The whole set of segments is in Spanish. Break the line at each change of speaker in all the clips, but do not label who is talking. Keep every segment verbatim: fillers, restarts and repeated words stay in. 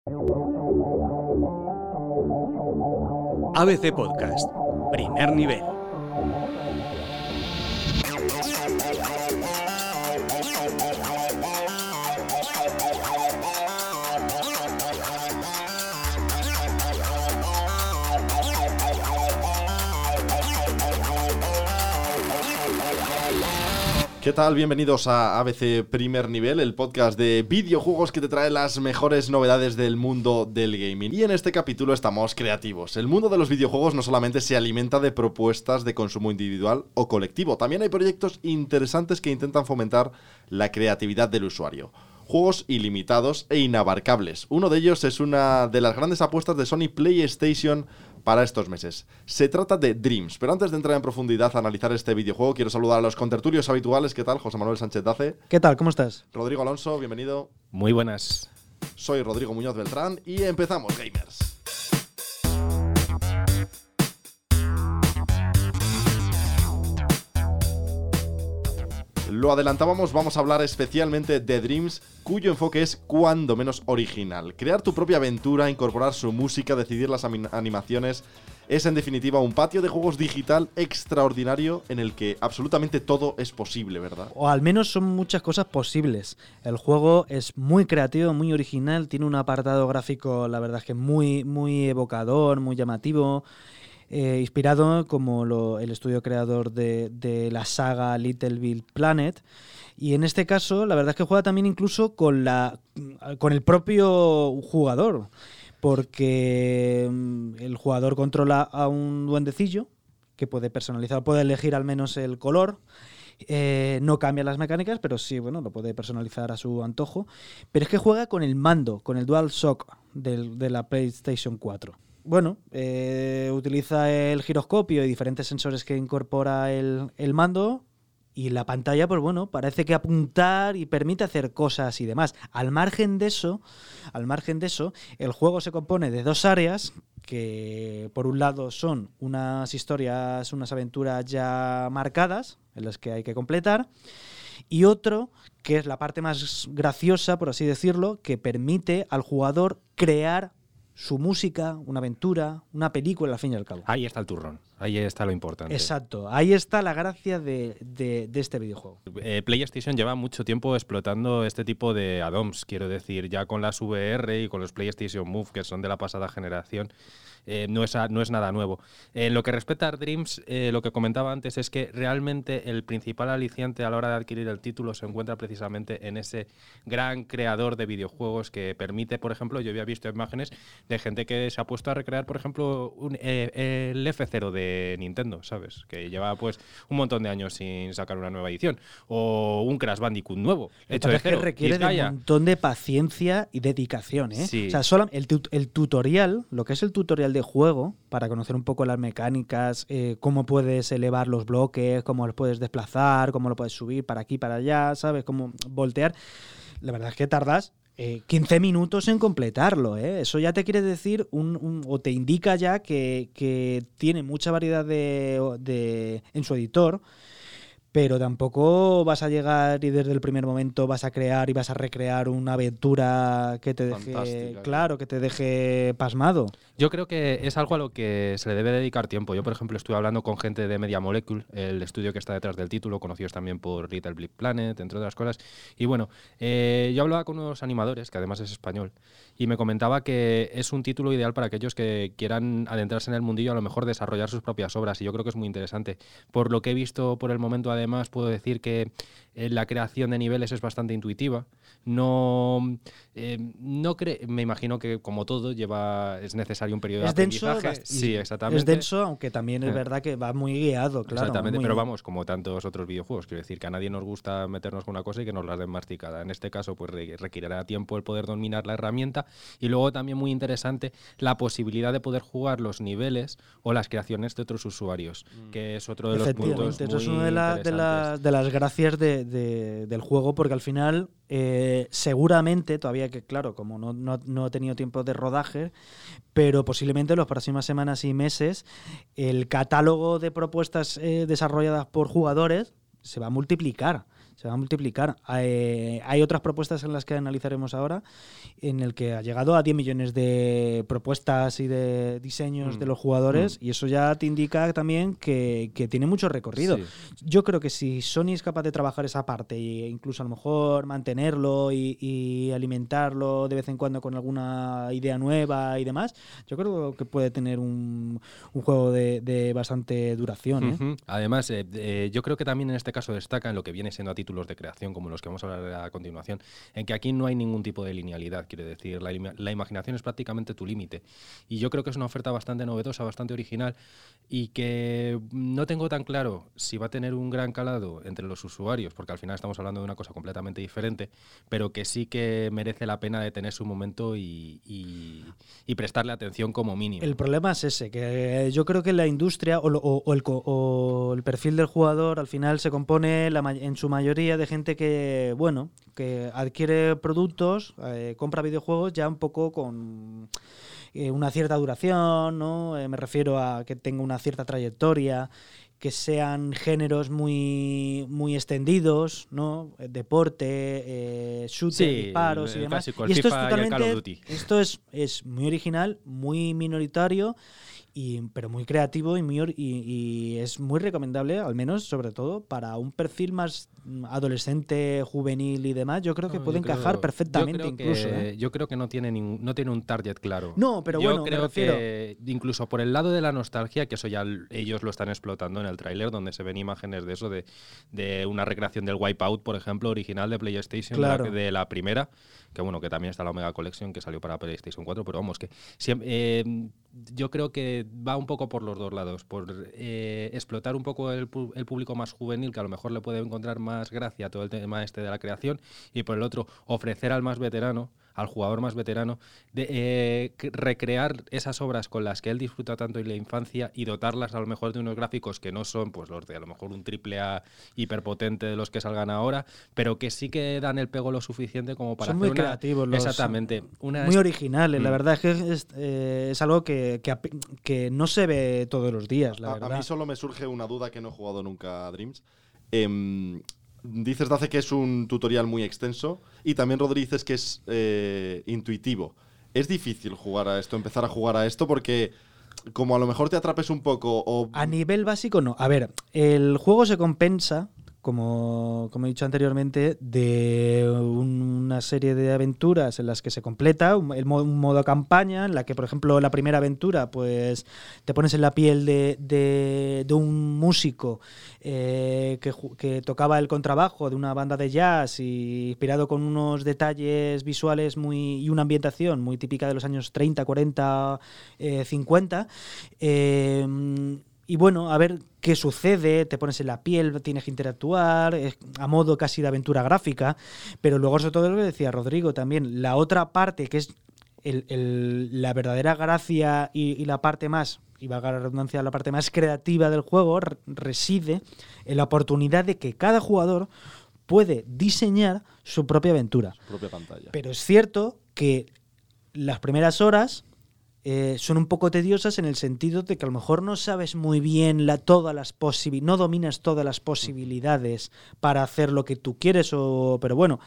A B C Podcast, primer nivel.
¿Qué tal? Bienvenidos a A B C Primer Nivel, el podcast de videojuegos que te trae las mejores novedades del mundo del gaming. Y en este capítulo estamos creativos. El mundo de los videojuegos no solamente se alimenta de propuestas de consumo individual o colectivo, también hay proyectos interesantes que intentan fomentar la creatividad del usuario. Juegos ilimitados e inabarcables. Uno de ellos es una de las grandes apuestas de Sony PlayStation para estos meses. Se trata de Dreams, pero antes de entrar en profundidad a analizar este videojuego, quiero saludar a los contertulios habituales. ¿Qué tal? José Manuel Sánchez Dace.
¿Qué tal? ¿Cómo estás?
Rodrigo Alonso, bienvenido.
Muy buenas.
Soy Rodrigo Muñoz Beltrán y empezamos, gamers. Lo adelantábamos, vamos a hablar especialmente de Dreams, cuyo enfoque es cuando menos original. Crear tu propia aventura, incorporar su música, decidir las animaciones, es en definitiva un patio de juegos digital extraordinario en el que absolutamente todo es posible, ¿verdad?
O al menos son muchas cosas posibles. El juego es muy creativo, muy original, tiene un apartado gráfico, la verdad es que muy, muy evocador, muy llamativo. Eh, inspirado como lo, el estudio creador de, de la saga Little Big Planet, y en este caso la verdad es que juega también incluso con, la, con el propio jugador, porque el jugador controla a un duendecillo que puede personalizar, puede elegir al menos el color. Eh, no cambia las mecánicas, pero sí, bueno, lo puede personalizar a su antojo. Pero es que juega con el mando, con el DualShock del, de la PlayStation cuatro. Bueno, eh, utiliza el giroscopio y diferentes sensores que incorpora el, el mando, y la pantalla, pues bueno, parece que apuntar y permite hacer cosas y demás. Al margen de eso, al margen de eso, el juego se compone de dos áreas que, por un lado, son unas historias, unas aventuras ya marcadas, en las que hay que completar, y otro, que es la parte más graciosa, por así decirlo, que permite al jugador crear su música, una aventura, una película, al fin y al cabo.
Ahí está el turrón, ahí está lo importante.
Exacto, ahí está la gracia de, de, de este videojuego.
Eh, PlayStation lleva mucho tiempo explotando este tipo de add-ons, quiero decir, ya con las V R y con los PlayStation Move, que son de la pasada generación. Eh, no, es a, no es nada nuevo. En lo que respecta a Dreams, eh, lo que comentaba antes es que realmente el principal aliciente a la hora de adquirir el título se encuentra precisamente en ese gran creador de videojuegos que permite, por ejemplo, yo había visto imágenes de gente que se ha puesto a recrear, por ejemplo, un, eh, el F cero de Nintendo, ¿sabes? Que lleva pues un montón de años sin sacar una nueva edición. O un Crash Bandicoot nuevo, hecho de cero.
Que requiere de un montón de paciencia y dedicación, ¿eh?
Sí.
O sea, solo el, tu- el tutorial, lo que es el tutorial de juego, para conocer un poco las mecánicas, eh, cómo puedes elevar los bloques, cómo los puedes desplazar, cómo lo puedes subir para aquí, para allá, ¿sabes? Cómo voltear. La verdad es que tardas eh, quince minutos en completarlo, ¿eh? Eso ya te quiere decir, un, un, o te indica ya que, que tiene mucha variedad de, de, en su editor, pero tampoco vas a llegar y desde el primer momento vas a crear y vas a recrear una aventura que te deje,
fantástica,
claro, que te deje pasmado.
Yo creo que es algo a lo que se le debe dedicar tiempo. Yo, por ejemplo, estuve hablando con gente de Media Molecule, el estudio que está detrás del título, conocidos también por Little Big Planet, entre otras cosas. Y bueno, eh, yo hablaba con unos animadores, que además es español, y me comentaba que es un título ideal para aquellos que quieran adentrarse en el mundillo, a lo mejor desarrollar sus propias obras, y yo creo que es muy interesante. Por lo que he visto por el momento, además, puedo decir que eh, la creación de niveles es bastante intuitiva. No, eh, no cre- me imagino que, como todo, lleva es necesario un periodo
Es
de
denso,
aprendizaje.
bast-
Sí, exactamente.
Es denso, aunque también es verdad que va muy guiado, claro.
Exactamente,
muy-
pero vamos, como tantos otros videojuegos, quiero decir que a nadie nos gusta meternos con una cosa y que nos la den masticada. En este caso, pues re- requerirá tiempo el poder dominar la herramienta, y luego también muy interesante la posibilidad de poder jugar los niveles o las creaciones de otros usuarios, mm. que es otro de los puntos
Efectivamente, eso
muy
es una de, la- de, las, de las gracias de, de, del juego, porque al final eh, seguramente, todavía que claro, como no, no, no he tenido tiempo de rodaje, pero posiblemente en las próximas semanas y meses el catálogo de propuestas eh, desarrolladas por jugadores se va a multiplicar. se va a multiplicar. Hay, hay otras propuestas en las que analizaremos ahora, en el que ha llegado a diez millones de propuestas y de diseños mm. de los jugadores, mm. y eso ya te indica también que, que tiene mucho recorrido. Sí. Yo creo que si Sony es capaz de trabajar esa parte e incluso a lo mejor mantenerlo y, y alimentarlo de vez en cuando con alguna idea nueva y demás, yo creo que puede tener un, un juego de, de bastante duración. ¿eh?
Uh-huh. Además, eh, eh, yo creo que también en este caso destaca en lo que viene siendo a títulos de creación, como los que vamos a hablar a continuación, en que aquí no hay ningún tipo de linealidad, quiere decir, la, la imaginación es prácticamente tu límite. Y yo creo que es una oferta bastante novedosa, bastante original, y que no tengo tan claro si va a tener un gran calado entre los usuarios, porque al final estamos hablando de una cosa completamente diferente, pero que sí que merece la pena detenerse un momento y, y, y prestarle atención como mínimo.
El problema es ese, que yo creo que la industria o, o, o, el, o el perfil del jugador al final se compone la, en su mayoría de gente que, bueno, que adquiere productos, eh, compra videojuegos ya un poco con eh, una cierta duración, ¿no? Eh, me refiero a que tenga una cierta trayectoria, que sean géneros muy muy extendidos, ¿no? Deporte, eh, shooter,
sí,
disparos y demás.
Clásico,
y esto
FIFA
es totalmente,
y el Call of Duty.
Esto es, es muy original, muy minoritario, y, pero muy creativo y, muy, y, y es muy recomendable, al menos, sobre todo, para un perfil más adolescente, juvenil y demás. Yo creo que no, puede encajar creo, perfectamente
yo
incluso.
Que,
¿eh?
Yo creo que no tiene, ningún, no tiene un target claro.
No, pero
yo
bueno,
creo
me refiero...
que incluso por el lado de la nostalgia, que eso ya ellos lo están explotando en el tráiler, donde se ven imágenes de eso, de, de una recreación del Wipeout, por ejemplo, original de PlayStation,
claro.
de, la, de la primera, que bueno, que también está la Omega Collection, que salió para PlayStation cuatro, pero vamos, que siempre, eh, yo creo que va un poco por los dos lados, por eh, explotar un poco el, el público más juvenil, que a lo mejor le puede encontrar más gracia a todo el tema este de la creación, y por el otro, ofrecer al más veterano, al jugador más veterano, de eh, recrear esas obras con las que él disfruta tanto en la infancia y dotarlas a lo mejor de unos gráficos que no son pues los de a lo mejor un triple A hiperpotente de los que salgan ahora, pero que sí que dan el pego lo suficiente como para
son
hacer
muy
una,
creativos los,
exactamente una
muy
es,
originales. Mm. La verdad es que es, eh, es algo que, que, que no se ve todos los días, la
a,
verdad.
A mí solo me surge una duda que no he jugado nunca a Dreams. Eh, Dices, Dace, que es un tutorial muy extenso y también, Rodri, dices que es eh, intuitivo. ¿Es difícil jugar a esto, empezar a jugar a esto? Porque como a lo mejor te atrapes un poco o...
A nivel básico, no. A ver, el juego se compensa, como, como he dicho anteriormente, de una serie de aventuras en las que se completa un, el modo, un modo campaña, en la que, por ejemplo, la primera aventura, pues te pones en la piel de, de, de un músico eh, que, que tocaba el contrabajo de una banda de jazz y inspirado con unos detalles visuales muy y una ambientación muy típica de los años treinta, cuarenta, eh, cincuenta. Eh, Y bueno, a ver qué sucede, te pones en la piel, tienes que interactuar, es a modo casi de aventura gráfica, pero luego sobre todo lo que decía Rodrigo también, la otra parte que es el, el, la verdadera gracia y, y la parte más, y valga la redundancia, la parte más creativa del juego r- reside en la oportunidad de que cada jugador puede diseñar su propia aventura.
Su propia pantalla.
Pero es cierto que las primeras horas Eh, son un poco tediosas en el sentido de que a lo mejor no sabes muy bien la, todas las posibilidades, no dominas todas las posibilidades para hacer lo que tú quieres, o, pero bueno,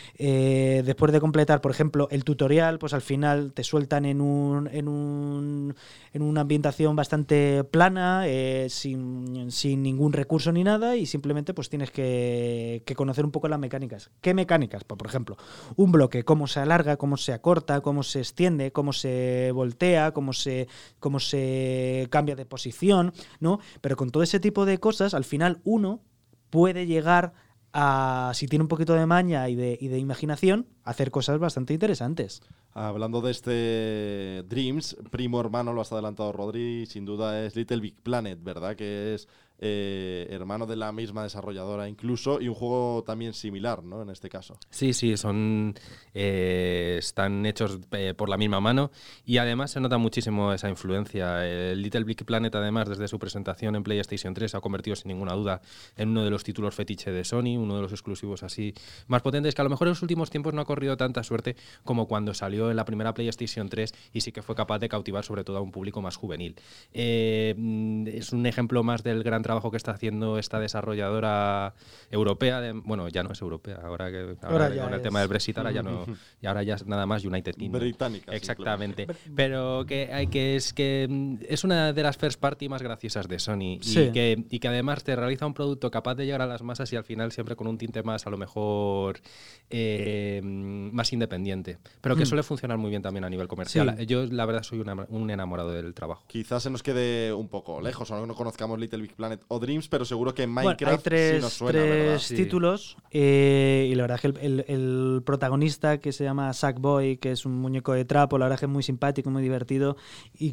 eh, después de completar, por ejemplo, el tutorial, pues al final te sueltan en un en un en una ambientación bastante plana, eh, sin, sin ningún recurso ni nada, y simplemente pues tienes que, que conocer un poco las mecánicas. ¿Qué mecánicas? Pues, por ejemplo, un bloque, cómo se alarga, cómo se acorta, cómo se extiende, cómo se voltea, cómo se, cómo se cambia de posición, ¿no? Pero con todo ese tipo de cosas, al final uno puede llegar a, si tiene un poquito de maña y de, y de imaginación, hacer cosas bastante interesantes.
Hablando de este Dreams, primo hermano, lo has adelantado, Rodri, sin duda es Little Big Planet, ¿verdad? Que es eh, hermano de la misma desarrolladora incluso, y un juego también similar, ¿no? En este caso.
Sí, sí, son eh, están hechos eh, por la misma mano, y además se nota muchísimo esa influencia. El Little Big Planet, además, desde su presentación en PlayStation tres, se ha convertido sin ninguna duda en uno de los títulos fetiche de Sony, uno de los exclusivos así más potentes, que a lo mejor en los últimos tiempos no ha corrido tanta suerte como cuando salió en la primera PlayStation tres, y sí que fue capaz de cautivar sobre todo a un público más juvenil. Eh, es un ejemplo más del gran trabajo que está haciendo esta desarrolladora europea, de, bueno, ya no es europea, ahora que ahora
Ahora ya
con el
es.
tema del Brexit ahora ya no, y ahora ya es nada más United Kingdom.
Británica.
Exactamente. Pero que hay que es que mm, es una de las first party más graciosas de Sony
Sí.
y que y que además te realiza un producto capaz de llegar a las masas y al final siempre con un tinte más a lo mejor eh, más independiente, pero que
Mm.
suele funcionar muy bien también a nivel comercial.
Sí.
Yo la verdad soy una- un enamorado del trabajo.
Quizás se nos quede un poco lejos, o no conozcamos Little Big Planet o Dreams, pero seguro que en
Bueno,
Minecraft
hay tres,
sí nos suena,
tres
¿verdad?
Sí.
títulos eh, y la verdad es que el, el- el protagonista, que se llama Sackboy, que es un muñeco de trapo, la verdad es que es muy simpático, muy divertido y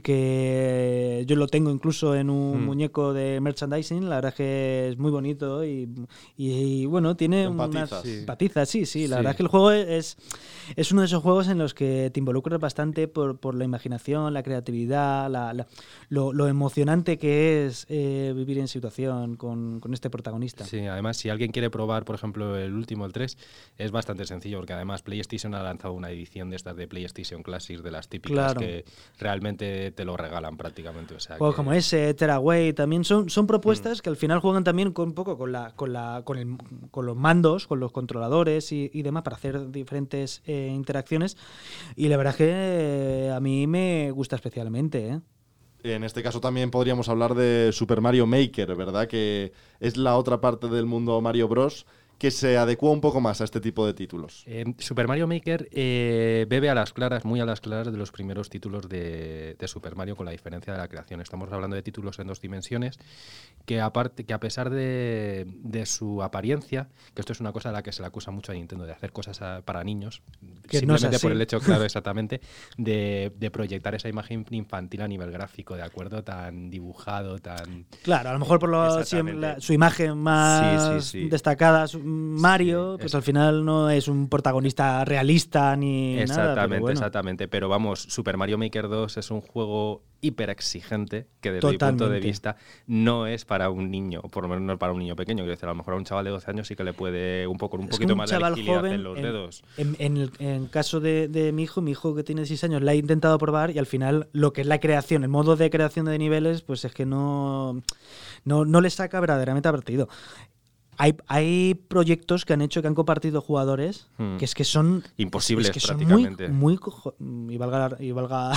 que yo lo tengo incluso en un
Hmm.
muñeco de merchandising, la verdad es que es muy bonito y, y, y, bueno, tiene
Empatizas.
unas
Sí.
empatizas, sí, sí, la
Sí.
verdad es que el juego es, es uno de esos juegos en los que te involucras bastante por, por la imaginación, la creatividad, la, la- lo, lo emocionante que es eh, vivir en situación con, con este protagonista.
Sí, además, si alguien quiere probar, por ejemplo, el último, el tres, es bastante sencillo, porque además PlayStation ha lanzado una edición de estas de PlayStation Classics, de las típicas
Claro.
que realmente te lo regalan prácticamente. O sea,
Juegos
que-
como ese, Tearaway, también son, son propuestas que al final juegan también con un poco con la, con la, con el, con los mandos, con los controladores y, y demás para hacer diferentes eh, interacciones. Y la verdad es que eh, a mí me gusta especialmente, ¿eh?
En este caso también podríamos hablar de Super Mario Maker, ¿verdad? Que es la otra parte del mundo Mario Bros. Que se adecua un poco más a este tipo de títulos.
Eh, Super Mario Maker eh, bebe a las claras, muy a las claras de los primeros títulos de, de Super Mario, con la diferencia de la creación. Estamos hablando de títulos en dos dimensiones que, aparte, que a pesar de, de su apariencia, que esto es una cosa a la que se le acusa mucho a Nintendo, de hacer cosas a- para niños,
Que no es
simplemente por
así.
el hecho, claro, exactamente, de, de proyectar esa imagen infantil a nivel gráfico, ¿de acuerdo? Tan dibujado, tan...
Claro, a lo mejor por lo,
Exactamente.
siempre la- su imagen más
Sí, sí, sí.
destacada, su- Mario,
Sí,
pues
es-
al final no es un protagonista realista ni
Exactamente,
nada. Pero bueno.
exactamente. Pero vamos, Super Mario Maker dos es un juego hiper exigente que desde mi punto de
Totalmente.
vista no es para un niño, o por lo menos no es para un niño pequeño. Quiero decir, a lo mejor a un chaval de doce años sí que le puede un poco un
Es
poquito
que un
más de
chaval
agilidad
joven
en los
en-
dedos.
En, en el en caso de, de mi hijo, mi hijo que tiene seis años, la he intentado probar y al final lo que es la creación, el modo de creación de niveles, pues es que no, no, no le saca verdaderamente a partido. Hay, hay proyectos que han hecho, que han compartido jugadores,
Hmm.
que es que son
Imposibles
es que son
prácticamente.
muy, muy cojo- y valga, y valga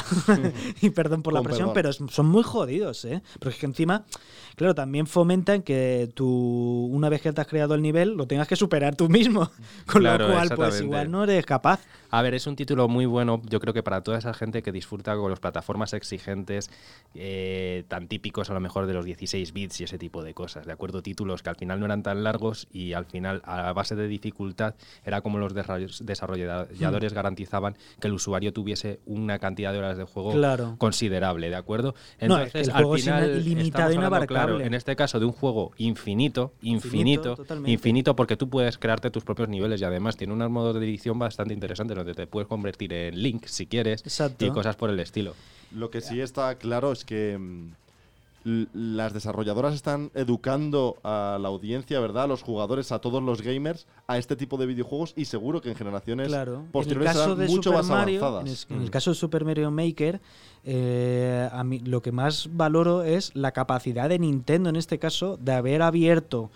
y perdón por la
Con
presión,
perdón.
pero es- son muy jodidos, ¿eh? Porque es que encima, claro, también fomentan que tú, una vez que te has creado el nivel, lo tengas que superar tú mismo. Con
Claro,
lo cual, pues
exactamente.
igual no eres capaz.
A ver, es un título muy bueno, yo creo que para toda esa gente que disfruta con las plataformas exigentes, eh, tan típicos a lo mejor de los dieciséis bits y ese tipo de cosas, ¿de acuerdo? Títulos que al final no eran tan largos y al final, a base de dificultad, era como los desarroll- desarrolladores garantizaban que el usuario tuviese una cantidad de horas de juego
Claro.
considerable, ¿de acuerdo?
No, es que el juego es ina- ilimitado,
estamos hablando,
inabarcable.
claro, en este caso de un juego infinito,
Infinito,
infinito,
totalmente.
infinito, porque tú puedes crearte tus propios niveles y además tiene unos modos de edición bastante interesantes donde te puedes convertir en Link si quieres
Exacto.
y cosas por el estilo.
Lo que sí está claro es que mm, l- las desarrolladoras están educando a la audiencia, ¿verdad? A los jugadores, a todos los gamers, a este tipo de videojuegos y seguro que en generaciones
Claro. En el
posteriores
caso
serán
de
mucho
Super
más
Mario,
avanzadas.
en el, en el
Mm.
caso de Super Mario Maker, eh, a mí lo que más valoro es la capacidad de Nintendo, en este caso, de haber abierto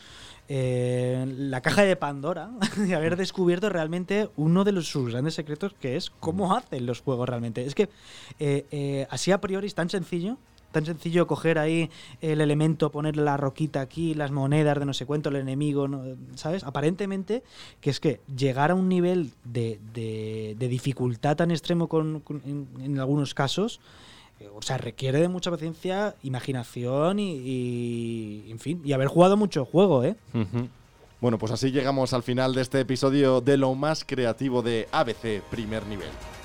eh, la caja de Pandora y haber descubierto realmente uno de los, sus grandes secretos, que es cómo hacen los juegos realmente. Es que eh, eh, así a priori es tan sencillo. Tan sencillo coger ahí el elemento, ponerle la roquita aquí, las monedas de no sé cuánto, el enemigo, ¿no? ¿Sabes? Aparentemente, que es que llegar a un nivel de, de- de dificultad tan extremo con, con- en, en algunos casos, eh, o sea, requiere de mucha paciencia, imaginación y, y, en fin, y haber jugado mucho juego, ¿eh?
Ujú.
Bueno, pues así llegamos al final de este episodio de lo más creativo de A B C Primer Nivel.